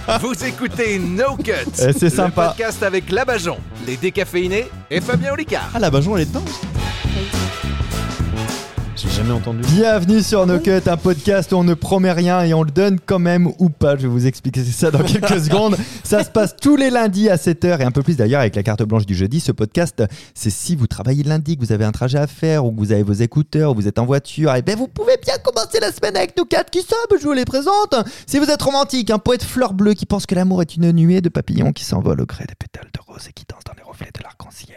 Vous écoutez No Cut, c'est sympa. le podcast avec Labajon, les décaféinés et Fabien Olicard. Ah, la Bajon, elle est dedans. J'ai jamais entendu. Bienvenue sur No Cut, un podcast où on ne promet rien et on le donne quand même ou pas. Je vais vous expliquer ça dans quelques secondes. Ça se passe tous les lundis à 7h et un peu plus d'ailleurs avec la carte blanche du jeudi. Ce podcast, c'est si vous travaillez le lundi, que vous avez un trajet à faire ou que vous avez vos écouteurs ou vous êtes en voiture, et bien vous pouvez bien commencer la semaine avec nous 4 qui savent, je vous les présente. Si vous êtes romantique, un poète fleur bleue qui pense que l'amour est une nuée de papillons qui s'envolent au gré des pétales de rose et qui dansent dans les reflets de l'arc-en-ciel.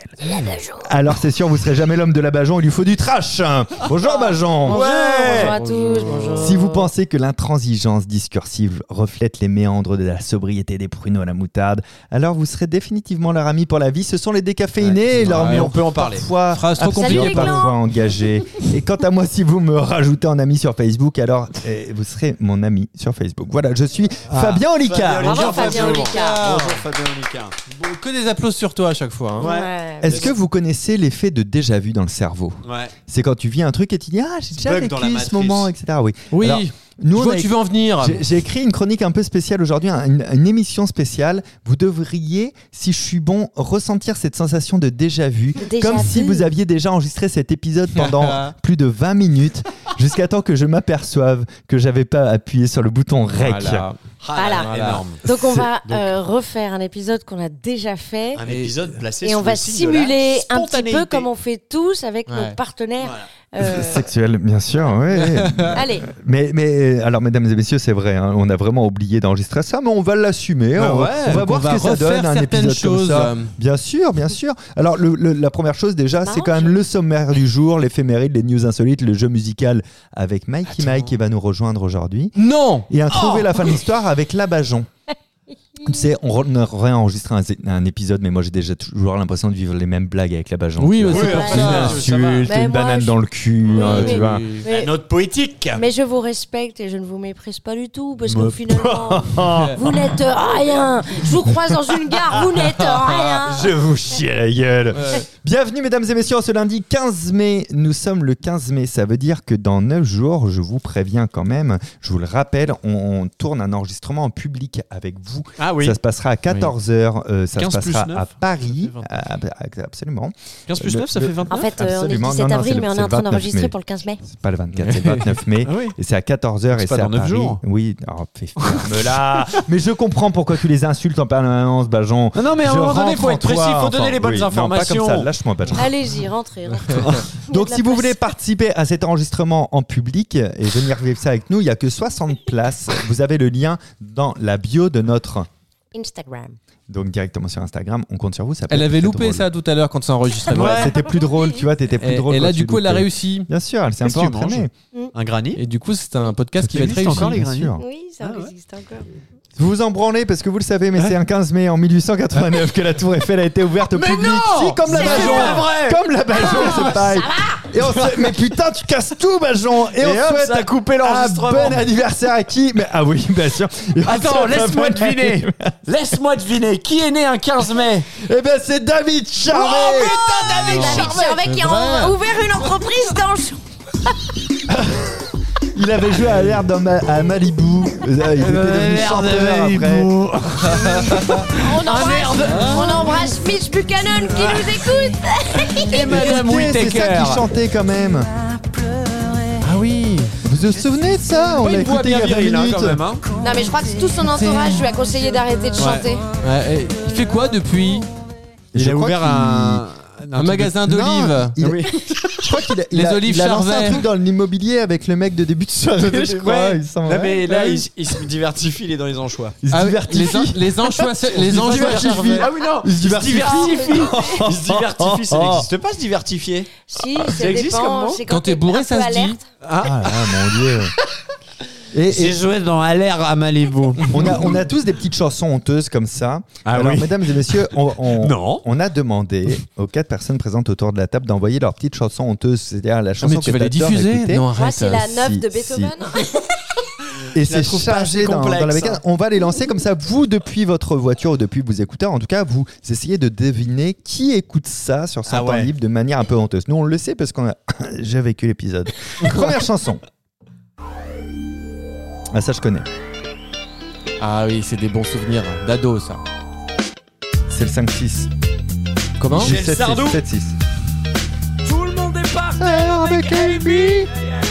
Alors c'est sûr, vous serez jamais l'homme de la Bajon, il lui faut du trash. Bonjour Bajon. Bonjour, bonjour à tous. Bonjour. Si vous pensez que l'intransigeance discursive reflète les méandres de la sobriété des pruneaux à la moutarde, alors vous serez définitivement leur ami pour la vie. Ce sont les décaféinés, leur on mur peut en parler. parfois Phrase trop absurde, compliquée. parfois engagé. Et quant à moi, si vous me rajoutez en ami sur Facebook, alors vous serez mon ami sur Facebook. Voilà, je suis Fabien Olicard. Bravo Fabien Olicard. Bonjour Fabien Olicard. Bon, que des applaudissements sur toi à chaque fois. Hein. Ouais. Est-ce que vous connaissez l'effet de déjà-vu dans le cerveau ? Ouais. C'est quand tu vis un truc et tu dis « Ah, j'ai déjà Bug dans la vécu ce matrice. moment, etc. » Oui. Oui. Alors, Je nous, on vois a où tu veux en venir. J'ai écrit une chronique un peu spéciale aujourd'hui, une émission spéciale. Vous devriez, si je suis bon, ressentir cette sensation de déjà-vu, comme si vous aviez déjà enregistré cet épisode pendant plus de 20 minutes, jusqu'à temps que je m'aperçoive que j'avais pas appuyé sur le bouton REC. Voilà. Énorme. Donc on va refaire un épisode qu'on a déjà fait Un épisode placé et sous on va le signe de la simuler un petit spontanéité. peu comme on fait tous avec nos partenaires. Sexuel, bien sûr, oui. Allez, Mais alors, mesdames et messieurs, c'est vrai, hein, on a vraiment oublié d'enregistrer ça, mais on va l'assumer. Bah on ouais, va donc voir on va ce que ça refaire donne, un certaines épisode comme choses. ça. Bien sûr, bien sûr. Alors, la première chose déjà, c'est Marrant, quand même le sommaire du jour, l'éphéméride, les news insolites, le jeu musical avec Mikey Mike qui va nous rejoindre aujourd'hui. Non. Et un trouver la fin de l'histoire avec Labajon. Tu sais, on aurait enregistré un épisode, mais moi j'ai déjà toujours l'impression de vivre les mêmes blagues avec Labajon. Oui, tu mais vois. c'est pour Ouais. Une ça. insulte, Mais une moi, banane je- dans le cul, Oui, tu vois. mais, Note poétique. mais je vous respecte et je ne vous méprise pas du tout parce que finalement, vous n'êtes rien. Je vous croise dans une gare, vous n'êtes rien. Je vous chie à la gueule. Bienvenue mesdames et messieurs, ce lundi 15 mai. Nous sommes le 15 mai, ça veut dire que dans 9 jours, je vous préviens quand même, je vous le rappelle, on tourne un enregistrement en public avec vous. Ah oui. Ça se passera à 14h, ça 15 se plus passera 9, à Paris. ça fait Absolument. 15 plus 9, ça fait 29. En fait, on est le Absolument. 17 Non, avril, c'est mais on est le en train 29 d'enregistrer mai. pour le 15 mai. C'est pas le 24, c'est le 29 mai. Ah oui. Et c'est à 14h et C'est pas c'est à dans 9 Paris. jours. Oui, alors ferme-la. Mais je comprends pourquoi tu les insultes en permanence, Bajon. Non, mais à un Je moment donné, rentre faut en être précis, toi, faut donner les bonnes oui. Non, informations. pas comme ça, lâche-moi Bajon. Allez-y, rentrez. Donc Il y a de si la vous place. voulez participer à cet enregistrement en public et venir vivre ça avec nous, il n'y a que 60 places. Vous avez le lien dans la bio de notre... Instagram. Donc directement sur Instagram, on compte sur vous. Ça peut Elle être avait très loupé drôle. ça tout à l'heure quand ça enregistrait. Ouais, c'était plus drôle, tu vois, t'étais plus drôle. Et quand là, tu du coup, elle a loupais. réussi. Bien sûr, elle s'est un Qu'est-ce peu que tu entraînée. Un granny. Et du coup, c'est un podcast qui va être existe réussi. encore, les Bien granits sûr. Oui, ça Ah ouais. existe encore. Vous vous en branlez parce que vous le savez, mais c'est un 15 mai en 1889 que la Tour Eiffel a été ouverte au public. non Si, comme la C'est Bajon. pas vrai. Comme la Bajon, c'est pareil. Et on souhaite... Mais putain, tu casses tout, Bajon. Et on hop, souhaite ça a coupé un l'enregistrement. bon anniversaire à qui? Mais ah oui, bien sûr. Et on Attends, souhaite un laisse-moi bon deviner. anniversaire. Laisse-moi deviner. Qui est né un 15 mai? Eh ben, c'est David Charvet. David Charvet qui a ouvert une entreprise dans le... Il avait joué à l'air à Malibu. Il était devenu chanteur après. On embrasse Mitch Buchanan qui nous écoute. Et Madame Écoutez, c'est ça Whittaker. qu'il chantait quand même. Ah oui. Vous vous souvenez de ça? On Pas l'a une voix écouté il y bien a 20 virile, hein, minutes. quand même. Hein. Non mais je crois que tout son entourage lui a conseillé d'arrêter de chanter. Ouais, et il fait quoi depuis? Je Il a crois ouvert qu'il- Un magasin Non, d'olives. il- Oui. Je crois qu'il a, Les olives il a lancé Charvet. un truc dans l'immobilier avec le mec de début de soirée. Je crois. Ouais. Il s'en Non, va. mais là, Ouais. il se diversifie, il est dans les anchois. Il se Ah oui, divertifie. les anchois, Il se diversifie. Ah oui, non, Il se diversifie. Il se diversifie, ça n'existe pas, se diversifier. Si, Ça ça existe comme dépend. mot C'est Quand t'es bourré, un ça peu se dit. alerte. Ah là, mon Dieu. Et J'ai joué dans Allaire à Malibu. on a tous des petites chansons honteuses comme ça. Ah Alors, oui. mesdames et messieurs, Non. on a demandé aux 4 personnes présentes autour de la table d'envoyer leurs petites chansons honteuses, c'est-à-dire la Ah, chanson mais tu que vas les t'adores diffuser? écouter. Non, Moi, arrête. c'est la 9 si, de si. Beethoven. Et Je la c'est trouve pas chargé assez dans la complexe, bécane. hein. On va les lancer comme ça. Vous, depuis votre voiture ou depuis vos écouteurs, en tout cas, vous essayez de deviner qui écoute ça sur son Ah temps ouais. libre de manière un peu honteuse. Nous, on le sait parce qu'on a j'ai vécu l'épisode. Première chanson. Ah, ça, je connais. Ah oui, c'est des bons souvenirs d'ado, ça. C'est le 5-6. Comment J'ai le Sardou. 7-6. Tout le monde est parti Avec AB.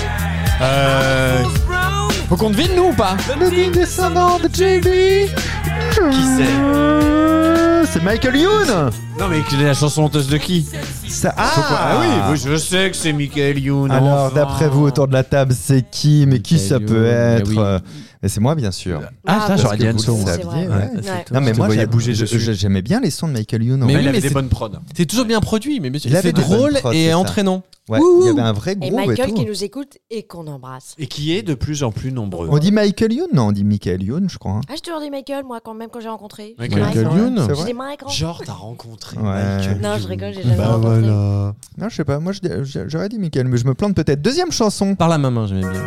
Faut qu'on devine nous ou pas? Le digne descendant de JB. Qui c'est Michael Youn. Non mais la chanson honteuse de qui? Ça... oui, je sais que c'est Michael Youn. Alors, enfin. d'après vous, autour de la table, c'est qui? Mais qui ça Michael peut Youn, être? mais oui. Mais c'est moi, bien sûr. Ah, ça, j'aurais dit Parce que Anso. vous le C'est vrai. saviez, Ouais. ouais. Ouais. Non, mais Je moi, te voyais bouger dessus. j'aimais bien les sons de Michael Youn. Mais Mais oui, il avait mais des c'est- bonnes prods. C'est toujours bien produit, mais Il avait c'est des drôle bonnes prods, et c'est ça. entraînant. Ouais, Wouhou. il y avait un vrai Et groove et Michael tout. qui nous écoute et qu'on embrasse. Et qui est de plus en plus nombreux. On dit Michael Youn? Non, on dit Michael Youn, je crois. Hein. Ah, j'ai toujours dit Michael, moi, même quand j'ai rencontré. Michael Michael Ouais, Youn. c'est Je vrai. dis Michael. Genre, t'as rencontré Ouais. Michael. Non, je rigole, j'ai jamais Bah rencontré. voilà. Non, je sais pas. Moi, j'aurais dit Michael, mais je me plante peut-être. Deuxième chanson. Par la main, j'aimais bien.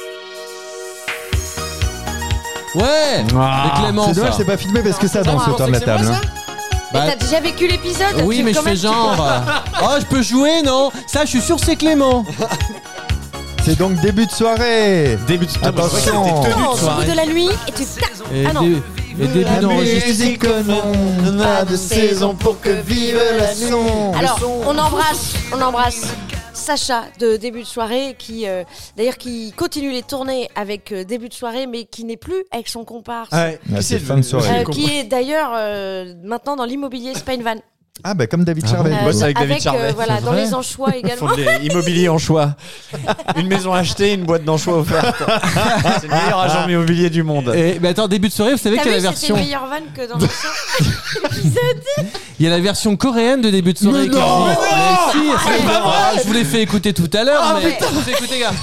Ouais. Ah. Mais Clément, C'est dommage, ça. c'est pas filmé parce que ça danse Ah, autour de la table. hein. Mais Bah, t'as déjà vécu l'épisode? oui, tu- mais je quand fais même, tu genre. Oh, je peux jouer, non? Ça, je suis sûr, c'est Clément. C'est donc début de soirée. Début de Attention. peux- Danse au bout de la nuit et tu tapes. Et, Ah non. et début d'enregistrement. on a de saison pour que vive la son. Alors, on embrasse Sacha de Début de soirée qui, d'ailleurs, qui continue les tournées avec Début de soirée, mais qui n'est plus avec son comparse. Ouais. Ah, Qui c'est c'est fin de soirée. Qui est d'ailleurs maintenant dans l'immobilier, c'est pas une vanne. Ah, bah comme David Charvet. bon bosse avec David Charvet. Voilà, C'est dans vrai les anchois Ils également. font de l'immobilier en choix. Une maison achetée, une boîte d'anchois offerte. C'est le meilleur agent immobilier du monde. Et, mais attends, début de soirée, vous savez T'as qu'il y a vu, la c'était une version. meilleure vanne que dans l'ancien épisode. Il y a la version coréenne de début de soirée. Mais qui non, existe. mais Mais si, c'est pas vrai. Je vous l'ai fait écouter tout à l'heure, Ah, mais putain. vous écoutez, gars.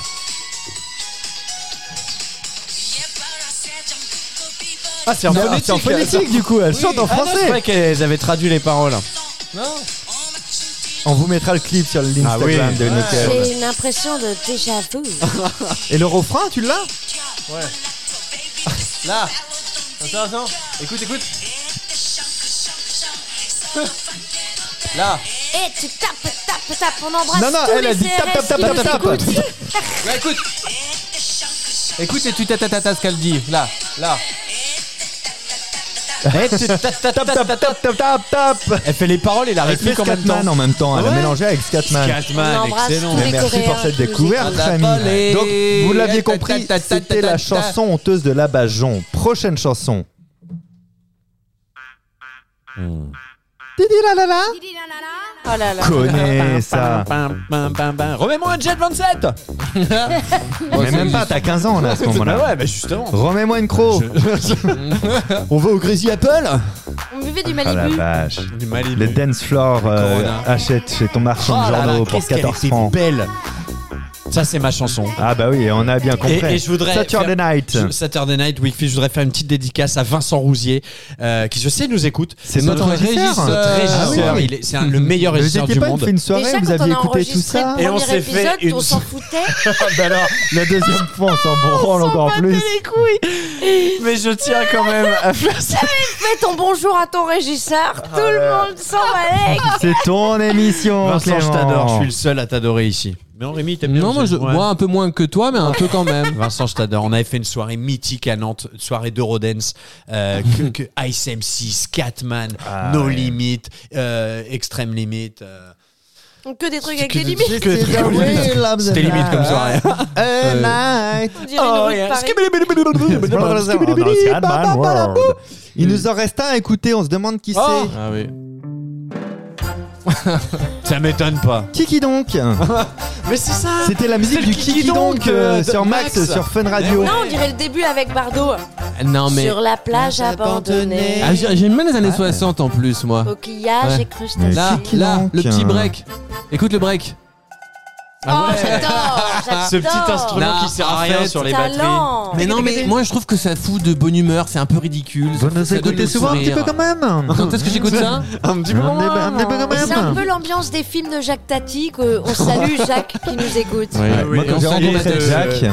Ah, c'est en phonétique. C'est en phonétique du coup, elle chante en Ah non, c'est français. vrai qu'elles avaient traduit les paroles. Non. On vous mettra le clip sur l'Instagram Ah oui. de Nickel. J'ai une impression de déjà vu. Et le refrain, tu l'as? Là. Attends. Écoute. Là. Et tu tapes, on embrasse Non, tous elle a les dit CRS tape, tape, qui tape, nous tape, tape. écoutent. Là, écoute. Écoute et tu tatatas ce qu'elle dit. Là. Tap. Elle fait les paroles et la Elle fait rythmique en même temps. Scatman en même temps. Elle a Ouais. mélangé avec Scatman. Scatman, On embrasse excellent. tous les Merci Coréens pour cette qui nous découverte, écoutent. famille. Donc, vous l'aviez Ta, ta, compris, ta, ta, ta, c'était ta, la ta. chanson honteuse de la Bajon. Prochaine chanson. Didi la la la. Oh là là. Connais ça. Remets-moi un Jet 27. Mais même pas, t'as 15 ans là à ce moment-là. Bah ouais, bah justement. Remets-moi une croc. On va au Crazy Apple. On buvait du Ah la Malibu. vache. Du Malibu. Le dance floor Corona. achète chez ton marchand de Oh là là, journaux pour qu'est-ce qu'elle 14 était francs. belle. Ça, c'est ma chanson. Ah bah oui, on a bien compris. Et je voudrais Saturday faire- Night. Saturday Night Weekly, je voudrais faire une petite dédicace à Vincent Rousier, qui je sais nous écoute. C'est notre notre régisseur. régisseur. Notre régisseur, Ah oui. c'est le meilleur Vous régisseur n'étiez du pas monde. fait une soirée, Déjà, vous quand on aviez a écouté tout enregistré ça. le Et on premier s'est fait épisode, une on s'en foutait. Bah alors, la deuxième fois, on s'en branle encore plus. Mais je tiens quand même à faire ça. Fais ton bonjour à ton régisseur. Tout le monde s'en va. C'est ton émission, Vincent, je Clément. t'adore, je suis le seul à t'adorer ici. Mais non, Rémi, t'aimes bien Non, aussi. moi un peu moins que toi, mais un peu quand même. Vincent, je t'adore. On avait fait une soirée mythique à Nantes, une soirée d'Eurodance, que Ice MC, Scatman, No ouais. Limit, Extreme Limit. Que des trucs avec que des des- limites. que des trucs avec des limites. C'était limite comme soirée. On dirait une rue de Paris. Il nous en reste un à écouter, on se demande qui Oh. c'est. Ah oui. Ça m'étonne pas. Kiki donc. Mais c'est ça. C'était la musique C'est du le Kiki Kiki donc donc, sur de Max, Max. sur Fun Radio. Non, on dirait le début avec Bardot. Non, mais. Sur la plage abandonnée. Ah, j'aime bien les années 60 en plus, moi. Coquillage Ouais. et crustacés. Là, Kiki là, donc. le petit break. Écoute le break. Oh, j'adore. Ce petit instrument Non, qui sert à en rien fait, sur les batteries. Talent. Mais non, mais moi je trouve que ça fout de bonne humeur, c'est un peu ridicule. Vous nous Ça donne écoutez le souvent un petit sourire. peu quand même. Quand est-ce que j'écoute ça? Un petit peu. Un petit peu quand C'est un même. peu l'ambiance des films de Jacques Tati. On salue Jacques qui nous écoute. Ouais, Oui, moi quand on j'ai salue rencontré de- Jack.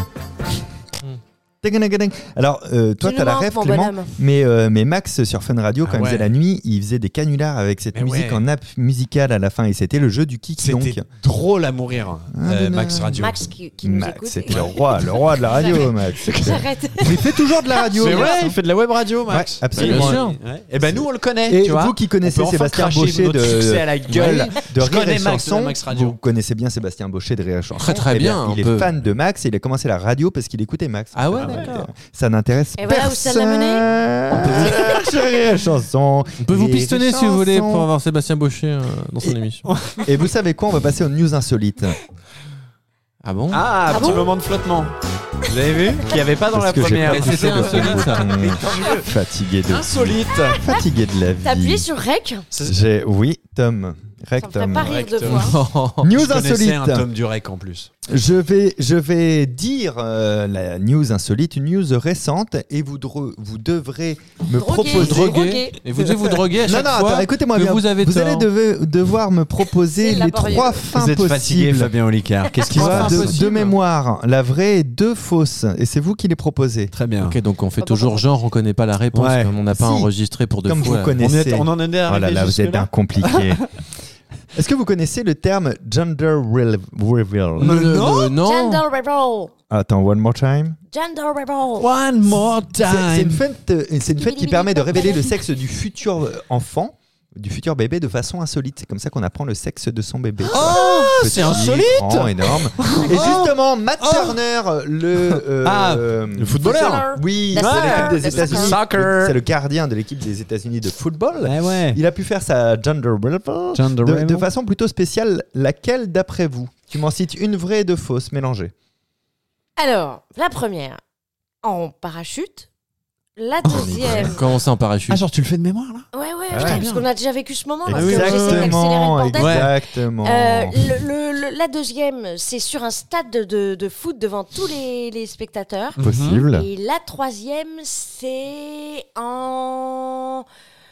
Alors, toi, Tu t'as nous la manques, rêve, mon Clément, bonhomme. mais Max sur Fun Radio, quand Ah il faisait ouais. la nuit, il faisait des canulars avec cette Mais musique ouais. en nappe musicale à la fin, et c'était le jeu du Kiki donc. C'était drôle à mourir, Ah, Max Radio. Max qui nous Max, écoute. c'était le roi de la radio, Max. J'arrête. Il fait toujours de la radio. C'est vrai, Max. il fait de la web radio, Max. Ouais, absolument. Bien sûr. Ouais. Et ben nous on le connaît, Et tu vois. vous qui connaissez On peut enfin Sébastien cracher Baucher notre succès à la gueule. de Je Rire connais et Max de la Chanson, Max Radio. vous connaissez bien Sébastien Baucher de Rire et Chanson. Très, Eh bien, Il on peut- est fan de Max et il a commencé la radio parce qu'il écoutait Max. Ah ouais, d'accord. Ça n'intéresse Et voilà où ça l'a mené. Sur Rire et Chanson. On peut vous Rire et pistonner si vous voulez Chanson. pour avoir Sébastien Baucher dans son émission. Et vous savez quoi? On va passer aux news insolites. Ah bon? Ah, petit bon moment de flottement. Vous avez vu qu'il n'y avait pas dans Parce la que j'ai première. pas Et c'était poussé le insolite, ça. bouton. Fatigué de Insolite. fatigué de la vie. T'as appuyé sur Rec? Oui, Tom. Ça me ferait Rectum. pas rire de Rectum. voir. News Je connaissais un insolite. tome du rec en plus. Je vais dire la news insolite, une news récente, et vous devrez me proposer. Droguer. Et vous devez vous droguer à Non, chaque non, fois attends, écoutez-moi que bien. vous avez allez tort. devoir me proposer C'est les laborieux. 3 fins possibles. Fabien Olicard. Qu'est-ce qu'il Trois va de mémoire, la vraie et 2 fausses. Et c'est vous qui les proposez. Très bien. Ok, donc on fait toujours genre, on connaît pas la réponse, Ouais. comme on n'a pas Si. enregistré pour de Comme fois. vous connaissez. On en est arrivé Oh là là, vous êtes jusque-là. un compliqué. Est-ce que vous connaissez le terme gender reveal? Non. Gender Rebel. Attends, one more time. Gender Rebel. One more C'est une time. fête qui permet de révéler le sexe du futur enfant, du futur bébé de façon insolite. C'est comme ça qu'on apprend le sexe de son bébé. Oh, Petit, c'est insolite. grand, énorme. Et justement, Matt Turner, le footballeur. Oui, La c'est soccer. l'équipe des Le États-Unis. soccer. C'est le gardien de l'équipe des États-Unis de football. ouais. Il a pu faire sa gender reveal Gender de reveal. façon plutôt spéciale. Laquelle d'après vous? Tu m'en cites une vraie et 2 fausses mélangées. Alors, la première, en parachute. La deuxième. Comment ça en parachute? Ah, genre tu le fais de mémoire là? Ouais, Ah putain, ouais. parce qu'on a déjà vécu ce moment. Parce que Exactement, j'essaie d'accélérer le bordel. exactement. La deuxième, c'est sur un stade de foot devant tous les spectateurs. Possible. Et la troisième, c'est en...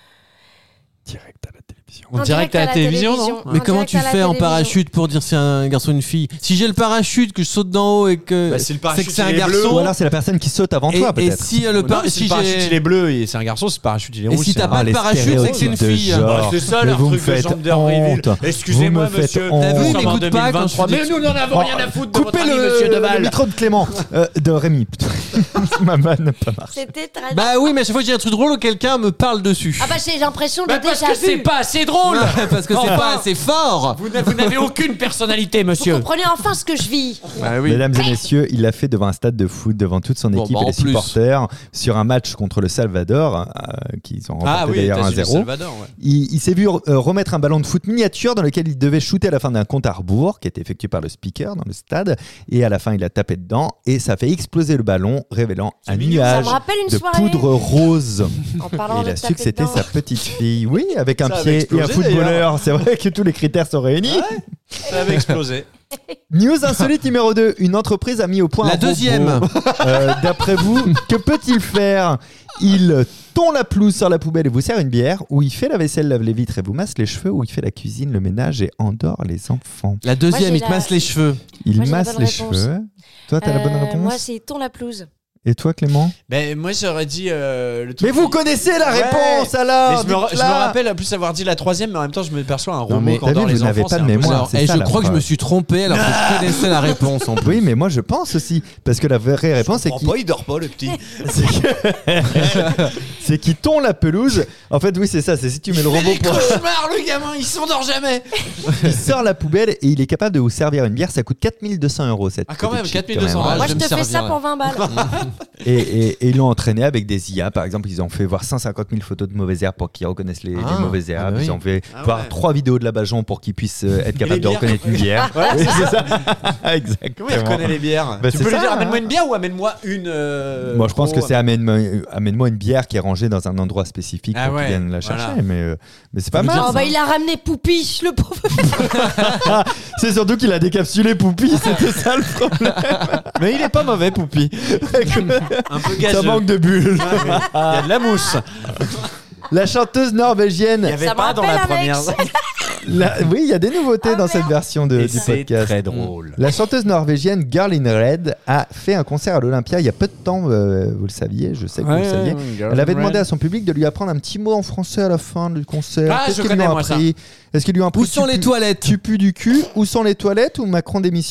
Direct à la télévision. En direct à la télévision, non? Mais comment tu fais en parachute pour dire c'est un garçon ou une fille? Si j'ai le parachute, que je saute d'en haut et que Bah, si le parachute, c'est que c'est un il est bleu. garçon. Ou alors c'est la personne qui saute avant toi, et peut-être. si le Si le parachute parachute il est bleu et c'est un garçon, si le parachute il est Et rouge. si c'est t'as un- pas de les parachute, c'est que c'est une stéréotypes de fille. genre. Ah, c'est ça Mais leur vous me truc de faites gender reveal. honte. Excusez-moi, Vous me faites monsieur. honte. T'as vu, il Nous sommes en m'écoute pas quand 2023. je dis- Mais nous n'en avons rien à foutre de votre Coupez ami, monsieur le Deval. micro de Clément. De Rémi. Putain. Ma vanne n'a pas marché. C'était très... Bah oui, mais à chaque fois que j'ai un truc drôle, quelqu'un me parle dessus. Ah bah j'ai l'impression de Bah, parce déjà que c'est vu. pas assez drôle. Parce que c'est Enfin. pas assez fort. Vous n'avez aucune personnalité, Vous monsieur. comprenez enfin ce que je vis. Bah Mesdames et messieurs, il l'a fait devant un stade de foot, devant toute son Bon, équipe bah, et en les plus. supporters, sur un match contre le Salvador, qu'ils ont remporté Ah oui, d'ailleurs États-Unis, 1-0. Salvador, ouais. Il s'est vu remettre un ballon de foot miniature dans lequel il devait shooter à la fin d'un compte à rebours qui était effectué par le speaker dans le stade. Et à la fin, il a tapé dedans et ça a fait exploser le ballon, révélant un mignon. nuage Ça me rappelle une de soirée. poudre rose. En parlant Et il de a su taper que c'était dedans. sa petite fille. Oui, avec un Ça avait pied et un explosé, footballeur. C'est vrai que tous les critères sont réunis. Ça avait explosé. News insolite numéro 2. Une entreprise a mis au point La un robot. deuxième. D'après vous, que peut-il faire? Il tond la pelouse sur la poubelle et vous sert une bière, ou il fait la vaisselle, lave les vitres et vous masse les cheveux, ou il fait la cuisine, le ménage et endort les enfants. La deuxième, Moi, il te j'ai masse la- les cheveux. Il Moi, j'ai la masse bonne les réponse. cheveux. Toi, t'as la bonne réponse? Moi, c'est ton la pelouse. Et toi, Clément? Ben, moi, j'aurais dit le truc. Mais vous connaissez la Ouais. réponse Mais alors! je me dites-la. rappelle en plus avoir dit la troisième, mais en même temps, je me perçois un Non, robot mais qui t'as endort vu, les vous n'avez enfants. pas de c'est un peu- mémoire. Alors, c'est et ça, je la crois que je me preuve. suis trompé alors que je connaissais la réponse en plus. Oui, mais moi je pense aussi. Parce que la vraie réponse, c'est qu'il il dort pas, le petit. c'est qu'il tond la pelouse. En fait, oui, c'est ça. C'est si tu mets le robot pour. Cauchemar, le gamin, il s'endort jamais. Il sort la poubelle et il est capable de vous servir une bière. Ça coûte 4200 € cette Ah, quand même, petite shit, 4200 quand même. €. Moi, je je vais te me fais ça servir, pour 20 balles. Et ils l'ont entraîné avec des IA. Par exemple, ils ont fait voir 150 000 photos de mauvaises herbes pour qu'ils reconnaissent les mauvaises herbes. ah bah oui. Ils ont fait Ah voir ouais. 3 vidéos de la Bajon pour qu'ils puissent être capables les de bières. reconnaître une bière. Ouais, Oui, c'est c'est ça. Exactement. Comment il reconnaît les bières? Bah, Tu c'est peux lui ça, dire hein. amène-moi une bière ou amène-moi une. Moi, je pense que c'est amène-moi une bière qui est rangée dans un endroit spécifique Ah pour ouais, qu'ils viennent la chercher. voilà. Mais c'est pas veux mal. dire Oh bah il a ramené Poupiche, le pauvre. C'est surtout qu'il a décapsulé Poupi. C'était ça le problème. Mais il est pas mauvais, Poupi. Un peu gazeux. Ça manque de bulles. Il y a de la mousse. La chanteuse norvégienne. Il y avait Ça me pas dans la rappelle première. Alex. Oui, il y a des nouveautés dans cette merde. version Et du c'est podcast. très drôle. La chanteuse norvégienne Girl in Red a fait un concert à l'Olympia il y a peu de temps, vous le saviez, je sais que vous le saviez. Elle avait demandé à son public de lui apprendre un petit mot en français à la fin du concert. Ah, Qu'est-ce je qu'ils lui connais, ont moi, appris? Est-ce qu'ils lui ont appris Où sont les toilettes? Tu pues du cul? Où sont les toilettes ou Macron d'émission?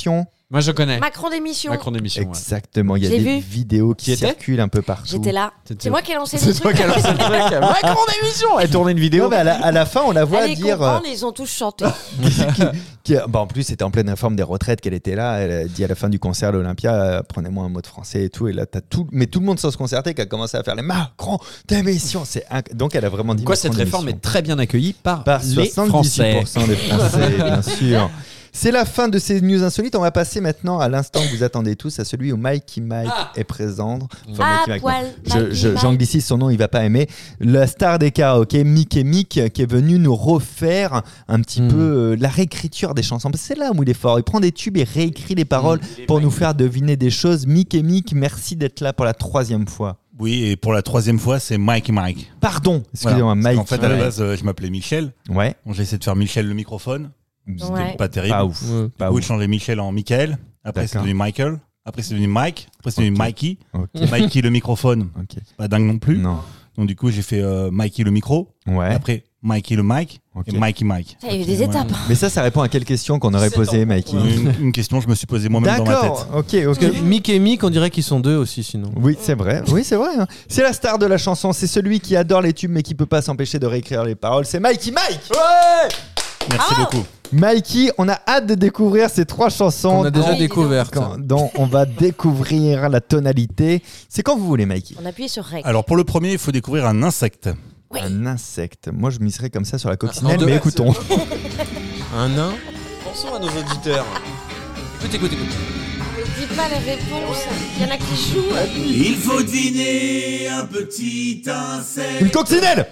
Moi, je connais. Macron d'émission. Macron d'émission. Ouais. Exactement, il y a J'ai des vu. vidéos Qui qui étais circulent un peu partout. J'étais là. T'étais- C'est moi qui ai lancé le C'est toi truc. qui as lancé le truc. Macron d'émission. Elle tournait une vidéo. Non, mais à la fin, on la voit Allez dire comprendre, ils ont tous chanté. en plus, c'était en pleine réforme des retraites qu'elle était là. Elle a dit à la fin du concert à l'Olympia, prenez-moi un mot de français et tout. Et là, t'as tout, mais tout le monde sans se concerter qui a commencé à faire les Macron d'émission. Donc, elle a vraiment dit. Quoi, Macron cette réforme d'émission. est très bien accueillie par les 78% Français. des Français, bien sûr. C'est la fin de ces news insolites. On va passer maintenant à l'instant que vous attendez tous, à celui où Mikey Mike est présent. Enfin, Ah, Mikey Mike, non. poil, Mikey Mike. J'anglicise son nom, il va pas aimer. La star des karaokés, Mick et Mick, qui est venu nous refaire un petit peu la réécriture des chansons. Parce que c'est là où il est fort. Il prend des tubes et réécrit les paroles pour nous faire deviner des choses. Mick et Mick, merci d'être là pour la 3e fois. Oui, et pour la 3e fois, c'est Mikey Mike. Pardon, excusez-moi, Voilà. Mike. En fait, à la base, je m'appelais Michel. Ouais. Bon, j'ai essayé de faire Michel le microphone. C'était Ouais. pas terrible. Pas ouf. Ouais. Pas Du coup, ouf. de changer Michel en Michael. Après, c'est D'accord. devenu Michael. Après, c'est devenu Mike. Après, c'est devenu Ok. Mikey. Ok. Mikey le microphone. Ok. Pas dingue non plus. Non. Donc, du coup, j'ai fait Mikey le micro. Ouais. Et après, Mikey le mic. Ok. Et Mikey Mike. Ça, il y a eu des étapes. Mais ça répond à quelle question qu'on aurait posée, Mikey? Une question que je me suis posée moi-même dans ma D'accord. tête. Ok, ok. Parce que Mick et Mick, on dirait qu'ils sont deux aussi, sinon. Oui, c'est vrai. Oui, c'est vrai. Hein. C'est la star de la chanson. C'est celui qui adore les tubes mais qui peut pas s'empêcher de réécrire les paroles. C'est Mikey Mike. Merci beaucoup. Mikey, on a hâte de découvrir ces 3 chansons On a déjà Ouais, découvert. dont on va découvrir la tonalité. C'est quand vous voulez, Mikey. On appuie sur Rec. Alors, pour le premier, il faut découvrir un insecte. Oui. Un insecte. Moi, je miserais comme ça sur la coccinelle, Ah, mais ouais, écoutons. Un nain. Pensons à nos auditeurs. Écoute. Mais dis pas les réponses. Il y en a qui jouent. Il faut deviner un petit insecte. Une coccinelle.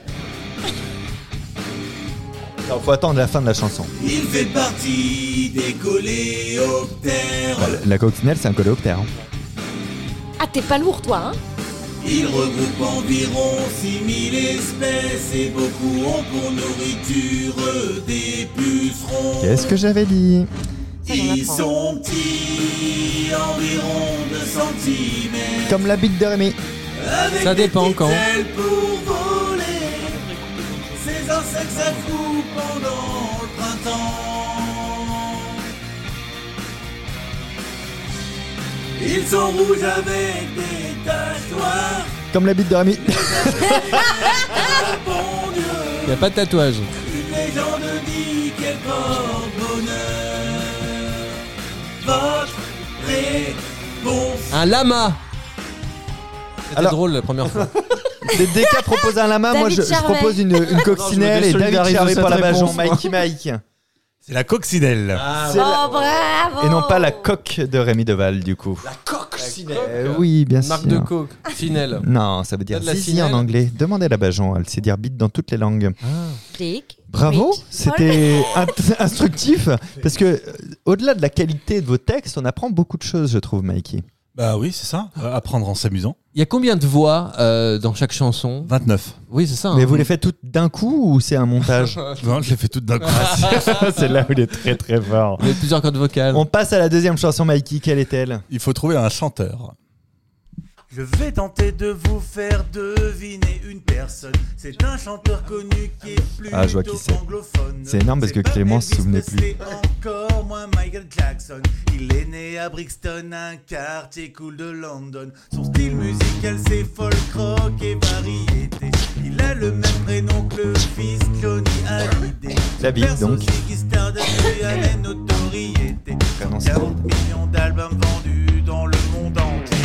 Il faut attendre la fin de la chanson. Il fait partie des coléoptères. La coccinelle, c'est un coléoptère. Hein. Ah, t'es pas lourd, toi, hein? Il regroupe environ 6000 espèces et beaucoup ont pour nourriture des pucerons. Qu'est-ce que j'avais dit? Ça, j'en Ils apprends. sont petits, environ 2 centimètres. Comme la bite de Rémi. Avec Ça des dépend petites quand. ailes pour voler. Ces insectes s'accouplent pendant le printemps. Ils sont rouges avec des taches noires. Comme la bite de Rémi. Bon Dieu, Il n'y a pas de tatouage. une légende dit qu'elle porte bonheur. Votre réponse. Un lama. C'était Alors- drôle la première fois. DK propose un lama, moi David je Charvet. propose une coccinelle et David désolidarise Charvet de pour la cette Bajon. réponse. Mikey Mike. C'est la coccinelle. C'est la- Oh, bravo! Et non pas la coque de Rémi Deval, du coup. Coccinelle. Oui, bien Marque sûr. de coke. Finelle. Non, ça veut dire T'as de la zizi en sinelle anglais. Demandez à la Bajon, elle sait dire bite dans toutes les langues. Clic. Bravo, Clic. c'était instructif. Parce que au-delà de la qualité de vos textes, on apprend beaucoup de choses, je trouve, Mikey. Bah oui, c'est ça. Apprendre en s'amusant. Il y a combien de voix dans chaque chanson? 29. Oui, c'est ça. hein. Mais vous les faites toutes d'un coup ou c'est un montage? Non, je l'ai fait toutes d'un coup. C'est là où il est très très fort. Il y a plusieurs cordes vocales. On passe à la deuxième chanson, Mikey. Quelle est-elle? Il faut trouver un chanteur. Je vais tenter de vous faire deviner une personne. C'est un chanteur connu qui est plutôt Ah, je vois qui c'est. anglophone. C'est énorme parce que pas Clément se Elvis souvenait plus. Presley, encore moins Michael Jackson. Il est né à Brixton, un quartier cool de London. Son style musical c'est folk rock et variété. Il a le même prénom que le fils Johnny Hallyday. David, Perso donc. Ziggy Stardust lui a la notoriété. Prénom, c'est 40 millions d'albums vendus dans le monde entier.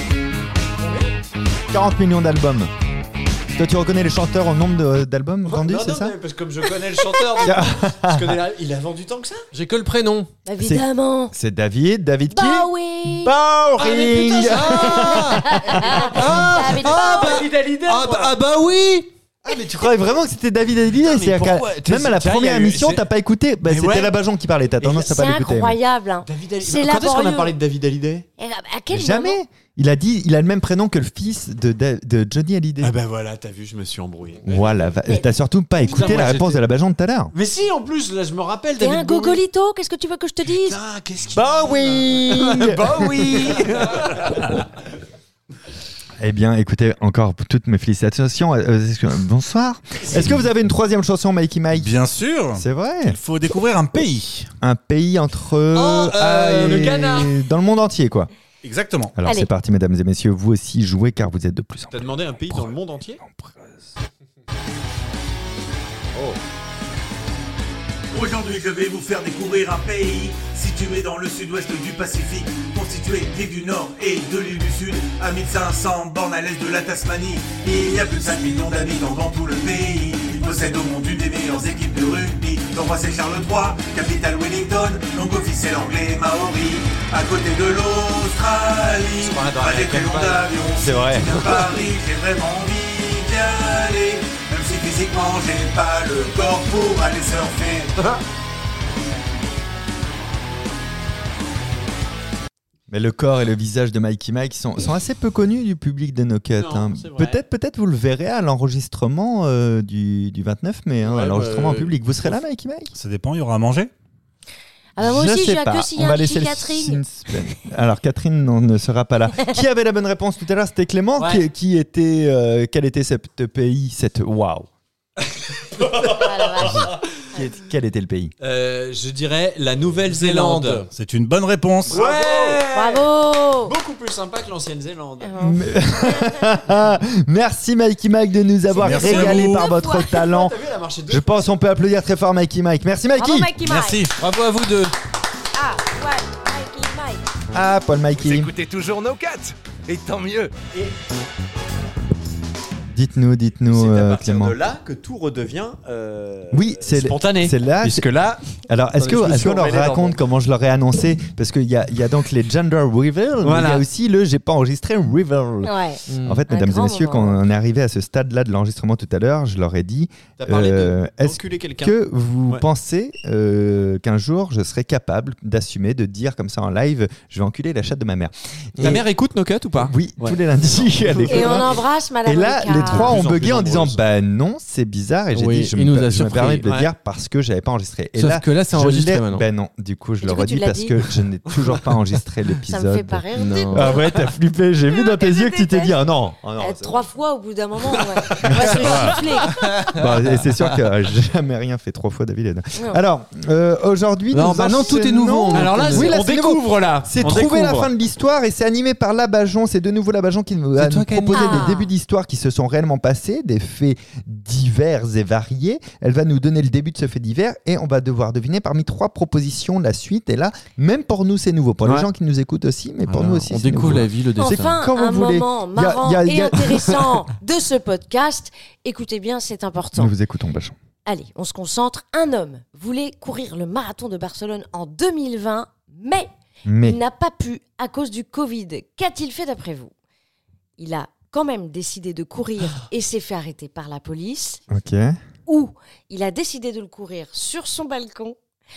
40 millions d'albums. Toi, tu reconnais les chanteurs au nombre d'albums vendus, Non, c'est non, ça? mais parce que comme je connais le chanteur, je connais il a vendu tant que ça. J'ai que le prénom. Évidemment. C'est David. David qui? Bowie. Bowring. David Bowie. David Hallyday. Bah oui. Ah, mais tu croyais vraiment que c'était David Hallyday? mais C'est-à-dire pourquoi qu'à- même à la Tiens, il y première a eu- émission, c'est- t'as pas écouté. Bah, Mais c'était ouais. la Bajon qui parlait. T'as tendance à C'est pas l'écouter. mais- incroyable. Hein. David Hallyday. C'est Quand est-ce qu'on a laborieux. parlé de David Hallyday? Et à quel moment Jamais. Il a dit, il a le même prénom que le fils de Johnny Hallyday. Ah ben voilà, t'as vu, je me suis embrouillé. Voilà. T'as surtout pas écouté Putain, moi, la réponse j'étais- de la Bajon de tout à l'heure. Mais si, en plus, là, je me rappelle T'es David un Bowie. gogolito, qu'est-ce que tu veux que je te dise? Putain, qu'est-ce qu'il Bowing. Bowie. Eh bien, écoutez, encore toutes mes félicitations. Bonsoir. Est-ce que vous avez une troisième chanson, Mikey Mike? Bien sûr. C'est vrai. Il faut découvrir un pays. Un pays entre le Ghana. dans le monde entier, quoi. Exactement. Alors Allez. c'est parti, mesdames et messieurs, vous aussi jouez car vous êtes de plus en T'as demandé un pays dans le monde entier? Aujourd'hui je vais vous faire découvrir un pays situé dans le sud-ouest du Pacifique, constitué d'îles du Nord et de l'île du Sud, à 1500 bornes à l'est de la Tasmanie. Il y a plus de 5 millions d'habitants dans tout le pays. Il possède au monde une des meilleures équipes de rugby. Son roi c'est Charles III, capitale Wellington, langue officielle anglais maori. À côté de l'Australie, pas des très longs d'avion. C'est vrai. Si tu viens à Paris, j'ai vraiment envie d'y aller. Même si physiquement j'ai pas le corps pour aller surfer. Mais le corps et le visage de Mikey Mike sont assez peu connus du public de No Cut. Non, c'est vrai. Peut-être vous le verrez à l'enregistrement du 29 mai, à l'enregistrement en public. Vous serez là, Mikey Mike? Ça dépend, il y aura à manger. Ah bah moi Je aussi, sais j'ai pas. que s'il y On a va un laisser petit le Catherine. suspense. Alors Catherine ne sera pas là. Qui avait la bonne réponse tout à l'heure? C'était Clément. Ouais. Qui était quel était ce pays? Waouh. Ah, la vache. Quel était le pays? Je dirais la Nouvelle-Zélande. C'est une bonne réponse. Ouais. Bravo. Beaucoup plus sympa que l'ancienne-Zélande. Merci Mikey Mike de nous avoir Merci à régalé vous. par votre talent. T'as vu, elle a marché deux Je pense qu'on peut applaudir très fort Mikey Mike. Merci Mikey. Bravo, Mikey Mike. Merci. Bravo à vous deux. Ah, ouais, Mikey Mike. Ah, Paul Vous Mikey. écoutez toujours No Cat. Et tant mieux. Dites-nous, C'est à partir Clément. de là que tout redevient Oui, c'est spontané. c'est là. Puisque là, Alors, est-ce je me suis qu'on leur emmêlé dans raconte mon- comment je leur ai annoncé? Parce qu'il y a donc les gender reveal, mais Voilà. il y a aussi le j'ai pas enregistré reveal. Ouais. En fait, Un mesdames et grand messieurs, quand moment. on est arrivé à ce stade-là de l'enregistrement tout à l'heure, je leur ai dit t'as parlé est-ce d'enculer quelqu'un. que vous Ouais. pensez qu'un jour je serai capable d'assumer, de dire comme ça en live, je vais enculer la chatte de ma mère? Ta Et- mère écoute No Cut ou pas? Oui, Ouais. tous les lundis. Elle Et on écoute. embrasse Madame Et là, Ricard. les trois ont Plus en bugué plus en disant nombreuses. bah non, c'est bizarre. Et j'ai Oui, dit je il nous a me surpris. permets de le Ouais. dire parce que j'avais pas enregistré. Et Sauf là, que là, c'est je enregistré l'ai- maintenant. Ben non, du coup, je Du le coup, redis tu l'as parce dit. que je n'ai toujours pas enregistré l'épisode. Ça me fait pas rire. Non. Ah ouais, t'as flippé. J'ai vu dans tes yeux que tu t'es dit ah non. Ah non, c'est 3 fois au bout d'un moment, ouais. On va se gifler. bon. Bah, et c'est sûr que j'ai jamais rien fait 3 fois, David. Non. Alors, aujourd'hui, Non, nous bah non, tout est enchaînons- nouveau. Alors là, Oui, là, on c'est nouveau. découvre là. C'est On trouver la découvre. fin de l'histoire et c'est animé par Labajon. C'est de nouveau Labajon qui nous a C'est toi qui as proposé animé. des débuts d'histoire qui se sont réellement passés, des faits divers et variés. Elle va nous donner le début de ce fait divers et on va devoir deviner parmi 3 propositions la suite. Et là, même pour nous, c'est nouveau. Pour les Ouais. gens qui nous écoutent aussi, mais pour Alors, nous aussi, on c'est découvre nouveau. la vie, le destin. Enfin, Quand vous un voulez. moment Y a- marrant y a- et intéressant de ce podcast. Écoutez bien, c'est important. Nous vous écoutons, Bajon. Allez, on se concentre. Un homme voulait courir le marathon de Barcelone en 2020, mais Mais il n'a pas pu à cause du Covid. Qu'a-t-il fait d'après vous? Il a quand même décidé de courir et s'est fait arrêter par la police, ok, ou il a décidé de le courir sur son balcon,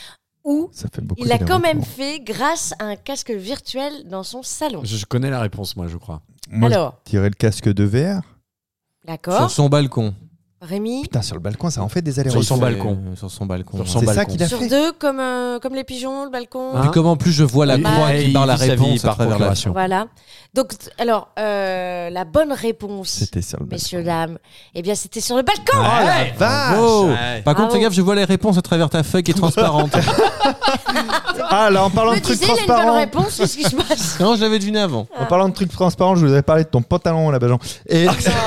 ou ça fait beaucoup. il l'a quand même d'allers-retours. fait grâce à un casque virtuel dans son salon. Je connais la réponse, moi, je crois. Moi, Alors, je dirais le casque de VR. d'accord. Sur son balcon. Rémi? Putain, sur le balcon, ça en fait des Sur allers-retours. son balcon. Sur son balcon. Sur son C'est ça balcon. qu'il a Sur fait. deux, comme les pigeons, le balcon. Hein Puis comme en plus je vois la Oui, croix et qui barre la il vit sa vie réponse à par travers la... procuration. Voilà. Donc, alors, la bonne réponse, C'était sur le balcon. messieurs, dames, eh bien, c'était sur le balcon. Oh la vache. Bravo. Ouais. Par contre, Bravo. fais gaffe, je vois les réponses à travers ta feuille qui est transparente. Ah là, en parlant Je de me trucs disais, il a une bonne transparents. réponse, qu'est-ce qui se passe? Non, je l'avais deviné avant. En parlant de trucs transparents, je vous avais parlé de ton pantalon là, Bajon. Et,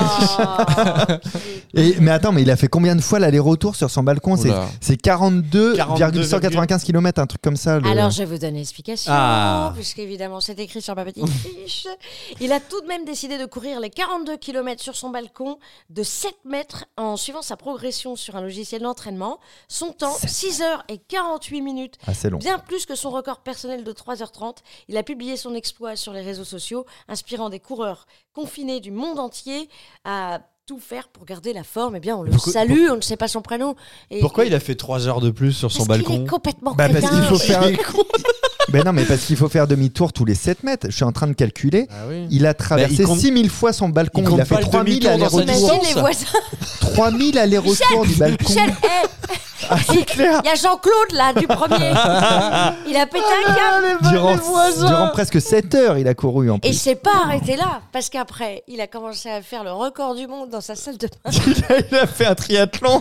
mais attends, mais il a fait combien de fois l'aller-retour sur son balcon? Oula. C'est 42,195 km, un truc comme ça. le- Alors, je vais vous donner l'explication, Ah. puisqu'évidemment, c'est écrit sur ma petite fiche. Il a tout de même décidé de courir les 42 km sur son balcon de 7 mètres en suivant sa progression sur un logiciel d'entraînement. Son temps, 6h48. Ah, c'est long. Bien plus que son record personnel de 3h30. Il a publié son exploit sur les réseaux sociaux, inspirant des coureurs confinés du monde entier à tout faire pour garder la forme. Eh bien, on le salue, on ne sait pas son prénom. Et, Pourquoi il a fait 3 heures de plus sur son Parce qu'il balcon? est complètement Bah, parce crétin. qu'il faut faire. Ben non, mais parce qu'il faut faire demi-tour tous les 7 mètres. Je suis en train de calculer. Ah oui. Il a traversé il compte- 6000 fois son balcon. il compte Il a fait pas le 3000 demi-tour dans son allers-retours. Imagine sens. les voisins. 3000 allers-retours du balcon. Michel, c'est clair. Il y a Jean-Claude là du premier. Il a pété un câble. Durant presque 7 heures, il a couru en Et il plus. s'est pas arrêté là, parce qu'après, il a commencé à faire le record du monde dans sa salle de bain. Il a fait un triathlon.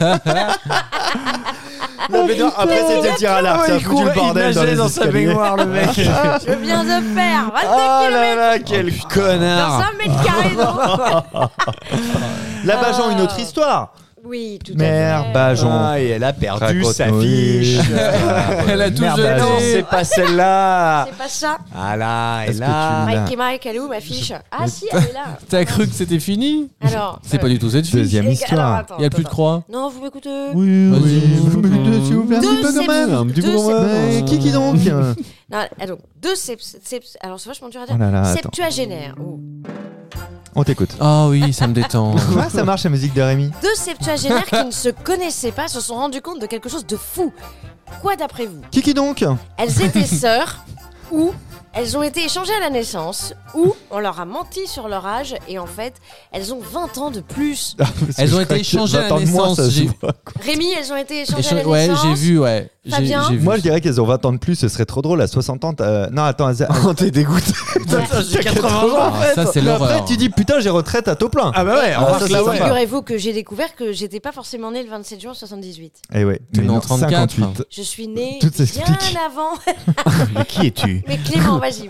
Après, c'était le tir à l'arc. Ça a foutu le bordel dans les escaliers. le mec. Je viens de faire 22 Ah là km là, quel dans Connard. 1 mètre carré d'eau. La Bajon, une autre histoire. Oui, tout à Mère fait. Bajon. et elle a perdu Raconte-nous. sa fiche. Elle a tout Mère jeté. Bajon. Non, c'est pas celle-là. C'est pas ça. Ah là, et Est-ce que là. tu l'as Mikey Mike, elle est où ma fiche? Ah si, elle est là. T'as cru que c'était fini? Alors. C'est pas du tout cette fiche. Deuxième alors, histoire. attends, Il y a plus de attends. croix. Non, vous m'écoutez? Oui, Vas-y. s'il vous plaît, un Deux petit peu quand même. Un petit peu Deux quand même. Mais qui donc? Non, donc, alors c'est vachement dur à dire. Oh là là, attends. Septuagénaires. Oh. On t'écoute. Ah oui, ça me détend. Comment ça marche la musique de Rémi? Deux septuagénaires qui ne se connaissaient pas se sont rendus compte de quelque chose de fou. Quoi d'après vous? Qui donc? Elles étaient sœurs ou elles ont été échangées à la naissance ou on leur a menti sur leur âge et en fait elles ont 20 ans de plus. Elles ont été échangées à la naissance. J'ai- Rémi, elles ont été échangées à la Ouais, naissance. j'ai vu, ouais. Fabien J'ai vu. Moi, je dirais qu'elles ont 20 ans de plus, ce serait trop drôle. À 60 ans, non, attends, T'es dégoûté. J'ai 80 ans. Ah, ça, c'est Mais l'horreur. après, tu dis putain, j'ai retraite à taux plein. Ah bah ouais, Ah, ça, c'est sympa. Figurez-vous que j'ai découvert que j'étais pas forcément née le 27 juin 78. Eh ouais, T'es mais né en non, 34. 58. Je suis née Tout bien s'explique. avant. Mais qui es-tu Mais Clément, vas-y.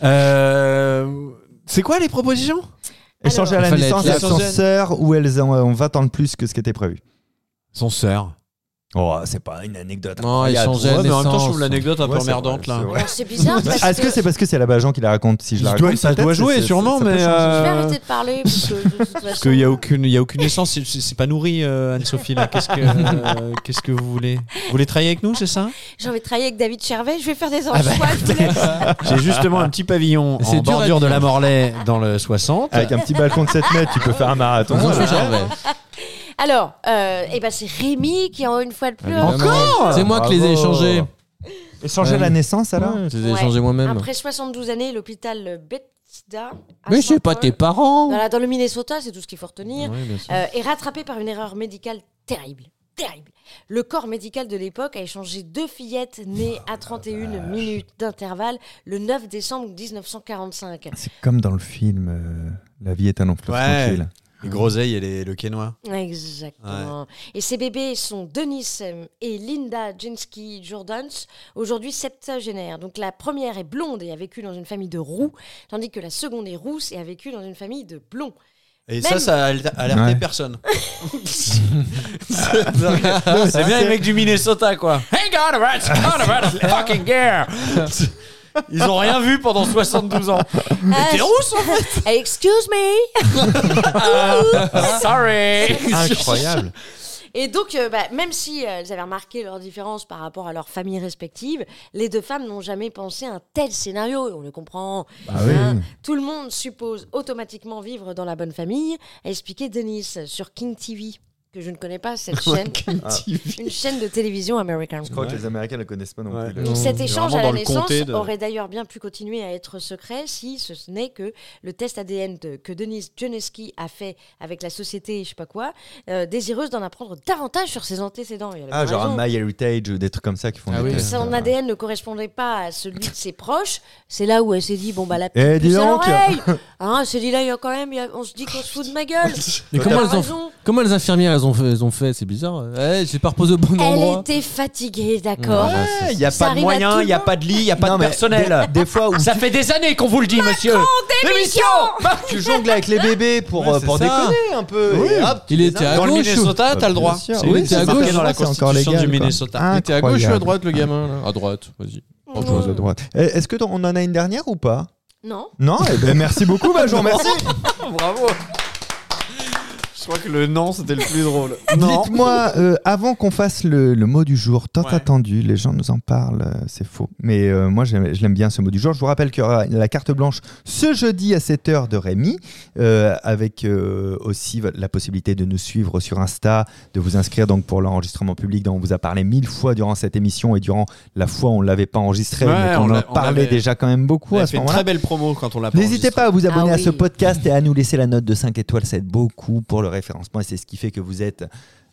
C'est quoi les propositions? Échangées à la Il fallait naissance, être elles sont là. sœurs ou elles ont 20 ans de plus que ce qui était prévu. Son sœur. Oh, c'est pas une anecdote. Non, incroyable. échanger à la Ouais, mais en même temps, je naissance. trouve l'anecdote un peu Ouais, c'est emmerdante vrai, là. c'est vrai. Alors c'est bizarre parce Est-ce que c'est parce que c'est la Bajon qui la raconte? Si je la raconte, Ça doit peut-être, jouer sûrement, ça peut mais. changer. je vais arrêter de parler parce que de toute Parce façon. qu'il n'y a aucune essence, c'est pas nourri, Anne-Sophie là. Qu'est-ce que vous voulez? Vous voulez travailler avec nous, c'est ça? J'ai envie de travailler avec David Chervet, je vais faire des bah, anchois. je vous laisse. J'ai justement un petit pavillon C'est en dur à bordure de dire. la Morlaix dans le 60. Avec un petit balcon de 7 mètres, tu peux faire un marathon. Moi, je Voilà. Gervais. Alors, c'est Rémi qui en une fois de plus. Encore C'est moi qui les ai Bravo. échangés. Échanger Ouais. la naissance alors? Ouais, je les ai Ouais. échangés moi-même. Après 72 années, l'hôpital Bethesda. à Mais c'est pas Saint-Paul, tes parents. Voilà, dans le Minnesota, c'est tout ce qu'il faut retenir. Ouais, bien sûr. Est rattrapé par une erreur médicale terrible. Terrible. Le corps médical de l'époque a échangé 2 fillettes nées à 31 minutes d'intervalle le 9 décembre 1945. C'est comme dans le film La vie est un long fleuve Ouais. tranquille. Les groseilles et le quénois. Exactement. Et ces bébés sont Denis et Linda Jinsky Jordans, aujourd'hui septuagénaires. Donc la première est blonde et a vécu dans une famille de roux, tandis que la seconde est rousse et a vécu dans une famille de blonds. Et Même- ça a alerté Ouais. personne. C'est bien les mecs du Minnesota, quoi. Hang on about a fucking girl. Ils ont rien vu pendant 72 ans. T'es rousse, en fait. Excuse me. Sorry. Incroyable. Et donc, même si elles avaient remarqué leurs différences par rapport à leurs familles respectives, les deux femmes n'ont jamais pensé à un tel scénario. Et on le comprend. Bah oui. Tout le monde suppose automatiquement vivre dans la bonne famille, a expliqué Denise sur King TV, que je ne connais pas cette chaîne. Une chaîne de télévision américaine. Je crois que les Américains ne connaissent pas non Ouais. plus. Donc cet C'est échange vraiment à la dans le naissance comté de- aurait d'ailleurs bien pu continuer à être secret si ce n'est que le test ADN que Denise Joneski a fait avec la société, je sais pas quoi, désireuse d'en apprendre davantage sur ses antécédents. Et elle a Ah, bien genre raison. un MyHeritage ou des trucs comme ça qui font Ah des oui. tests. Son ADN ne correspondait pas à celui de ses proches. C'est là où elle s'est dit, bon bah la Eh, dis puce à donc. l'oreille. Hein, elle s'est dit là, on se dit qu'on se fout de ma gueule. Mais Elle a raison. comment les infirmières elles ont fait? C'est bizarre. Je l'ai pas reposé au bon Elle endroit. était fatiguée, d'accord. Il n'y a Ça pas de arrive à tout moyens, le il n'y a monde. pas de lit, il n'y a pas Non, de mais personnel. Des fois où Ça fait des années qu'on vous le dit, monsieur. D'émission. tu jongles avec les bébés pour Ouais, c'est ça. déconner un peu. Oui. Et hop, Il était à Dans le gauche. Minnesota, t'as le droit. Bien sûr. C'est- Oui, c'est à marqué gauche, dans la c'est encore constitution légal, du quoi. Minnesota. Il était à gauche ou à Incroyable. droite le gamin là? À droite, vas-y. Autre chose à droite. Est-ce que on en a une dernière ou pas? Non. Non, eh ben merci beaucoup, Bajon, merci. Bravo. Je crois que le non, c'était le plus drôle. Dites-moi, avant qu'on fasse le mot du jour, tant Ouais. attendu, les gens nous en parlent, c'est faux. Mais moi, je l'aime bien ce mot du jour. Je vous rappelle qu'il y aura la carte blanche ce jeudi à 7h de Rémi, avec aussi la possibilité de nous suivre sur Insta, de vous inscrire donc pour l'enregistrement public dont on vous a parlé 1000 fois durant cette émission et durant la fois où on ne l'avait pas enregistré, Ouais, mais qu'on on en l'a- on parlait l'avait- déjà quand même beaucoup On a à ce fait une moment-là. très belle promo quand on l'a N'hésitez pas à vous abonner Ah à ce oui. podcast et à nous laisser la note de 5 étoiles, ça aide beaucoup pour le référencement et c'est ce qui fait que vous êtes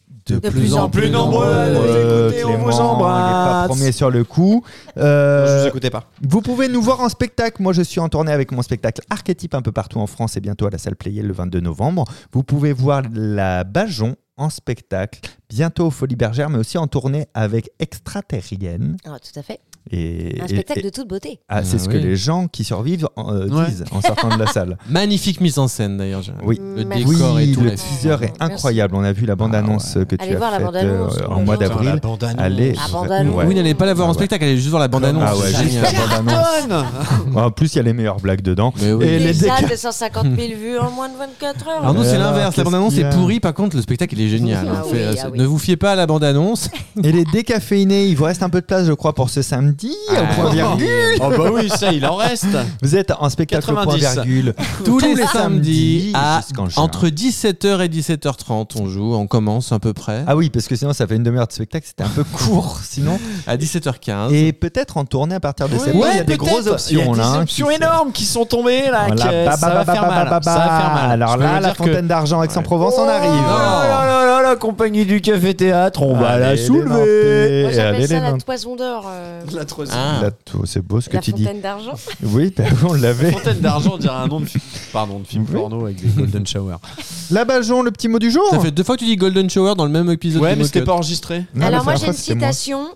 De plus en plus nombreux à nous écouter, on Clément, vous embrasse. il est pas premier sur le coup. Je vous écoutais pas. Vous pouvez nous voir en spectacle. Moi, je suis en tournée avec mon spectacle Archétype un peu partout en France et bientôt à la salle Playel le 22 novembre. Vous pouvez voir la Bajon en spectacle, bientôt aux Folies Bergères, mais aussi en tournée avec Extraterrienne. Ah, tout à fait. Et, Un spectacle de toute beauté. c'est ce que oui. les gens qui survivent Ouais. disent en sortant de la salle. Magnifique mise en scène d'ailleurs. Oui. Le Merci. décor et tout. le là. teaser est incroyable. On a vu la bande-annonce que Allez tu voir as la faite bande-annonce, en les mois gens. d'avril. La bande-annonce. Elle est La bande-annonce. ouais. Oui, n'allez pas la voir en spectacle, allez juste voir la bande-annonce. Ah ouais, c'est juste génial. la bande-annonce. En plus, il y a les meilleures blagues dedans. Mais oui. Et Les les salles déca- de 150 000 vues en moins de 24 heures. Alors nous, c'est Alors, l'inverse. qu'est-ce La bande-annonce qu'il y est a pourrie. Par contre, le spectacle, il est génial. Ah oui, ah oui. Ne vous fiez pas à la bande-annonce. Et les décaféinés, il vous reste un peu de place, je crois, pour ce samedi. Au point virgule. Oh bah oui, ça, il en reste. Vous êtes en spectacle au point 90. virgule Tous les samedis à jusqu'en juin. entre 17h et 17h30, on joue, on commence à peu près. Ah oui, parce que sinon ça fait une demi-heure de spectacle, c'était un peu court sinon. À 17h15. Et peut-être en tournée à partir de Oui, septembre. Il y a des peut-être. grosses options Il y a là. des hein, options qui- énormes qui sont tombées là. Voilà, que ça va faire mal. Ça va faire mal. Alors Je peux là, vous la dire que- fontaine d'argent Aix-en-Provence en arrive. Oh là là là, la compagnie du Café Théâtre, on va la Allez, les soulever. Nantais. Moi, j'appelle Allez, ça les la Nantais. toison d'or. La troisième. Ah. Là, c'est beau ce que La tu dis. fontaine d'argent. Oui, on l'avait. Fontaine d'argent, on dirait un nom de film. Pardon, de film Oui. porno avec des golden shower. La Bajon, le petit mot du jour. Ça fait 2 fois que tu dis Golden Shower dans le même épisode. Ouais, de mais c'était Moquette. pas enregistré. Non, Alors mais moi la j'ai fois, une c'était moi. citation.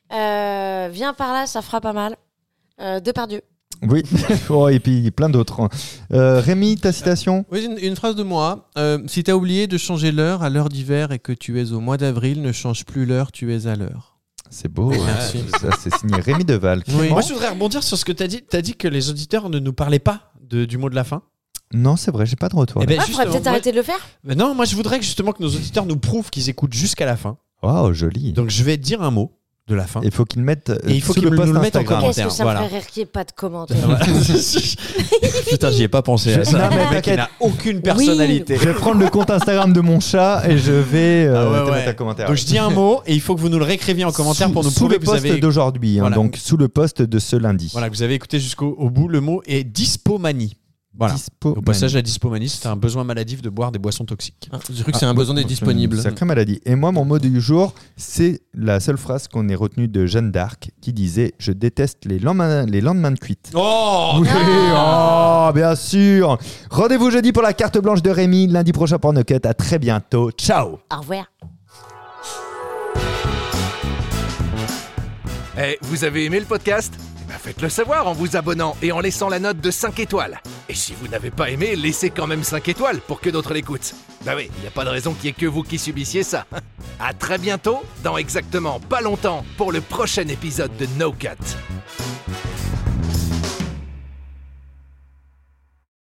Viens par là, ça fera pas mal. Depardieu. Oui, oh, et puis plein d'autres. Rémi, ta citation. Oui, une phrase de moi. Si t'as oublié de changer l'heure à l'heure d'hiver et que tu es au mois d'avril, ne change plus l'heure, tu es à l'heure. C'est beau. Merci. Ça, c'est signé Rémi Deval. Oui. Clément Moi, je voudrais rebondir sur ce que t'as dit. T'as dit que les auditeurs ne nous parlaient pas du mot de la fin. Non, c'est vrai, j'ai pas de retour. Eh ben, Ah, faudrait justement, peut-être moi- arrêter de le faire. Non, moi, je voudrais que justement que nos auditeurs nous prouvent qu'ils écoutent jusqu'à la fin. Oh, joli. Donc, je vais dire un mot de la fin. Il faut qu'ils mettent Et il faut sous qu'ils le post nous le mettent en Instagram. commentaire. Qu'est-ce que ça voilà. me ferait rire qu'il n'y ait pas de commentaires. Voilà. Putain, j'y ai pas pensé à Je- ça. non, mais Le mec, il t'inquiète. n'a aucune personnalité. Je vais prendre le compte Instagram de mon chat et je vais Ah ouais, te ouais. mettre un commentaire. Donc je dis un mot et il faut que vous nous le réécriviez en commentaire pour nous sous prouver le que vous post avez, d'aujourd'hui, hein, Voilà. donc sous le post de ce lundi. voilà, que vous avez écouté jusqu'au bout. Le mot est dispomanie. Voilà. Dispo- Au passage, la dispomanie, c'est un besoin maladif de boire des boissons toxiques. Ah, j'ai cru que c'est un besoin d'être disponible. Sacrée maladie. Et moi, mon mot du jour, c'est la seule phrase qu'on ait retenue de Jeanne d'Arc qui disait « Je déteste les lendemains de cuite ». Oh Oui, oh, bien sûr. Rendez-vous jeudi pour la carte blanche de Rémi, lundi prochain pour Noquette. À très bientôt. Ciao. Au revoir. Vous avez aimé le podcast ? Eh ben, faites-le savoir en vous abonnant et en laissant la note de 5 étoiles. Et si vous n'avez pas aimé, laissez quand même 5 étoiles pour que d'autres l'écoutent. Bah oui, il n'y a pas de raison qu'il n'y ait que vous qui subissiez ça. À très bientôt, dans exactement pas longtemps, pour le prochain épisode de No Cut.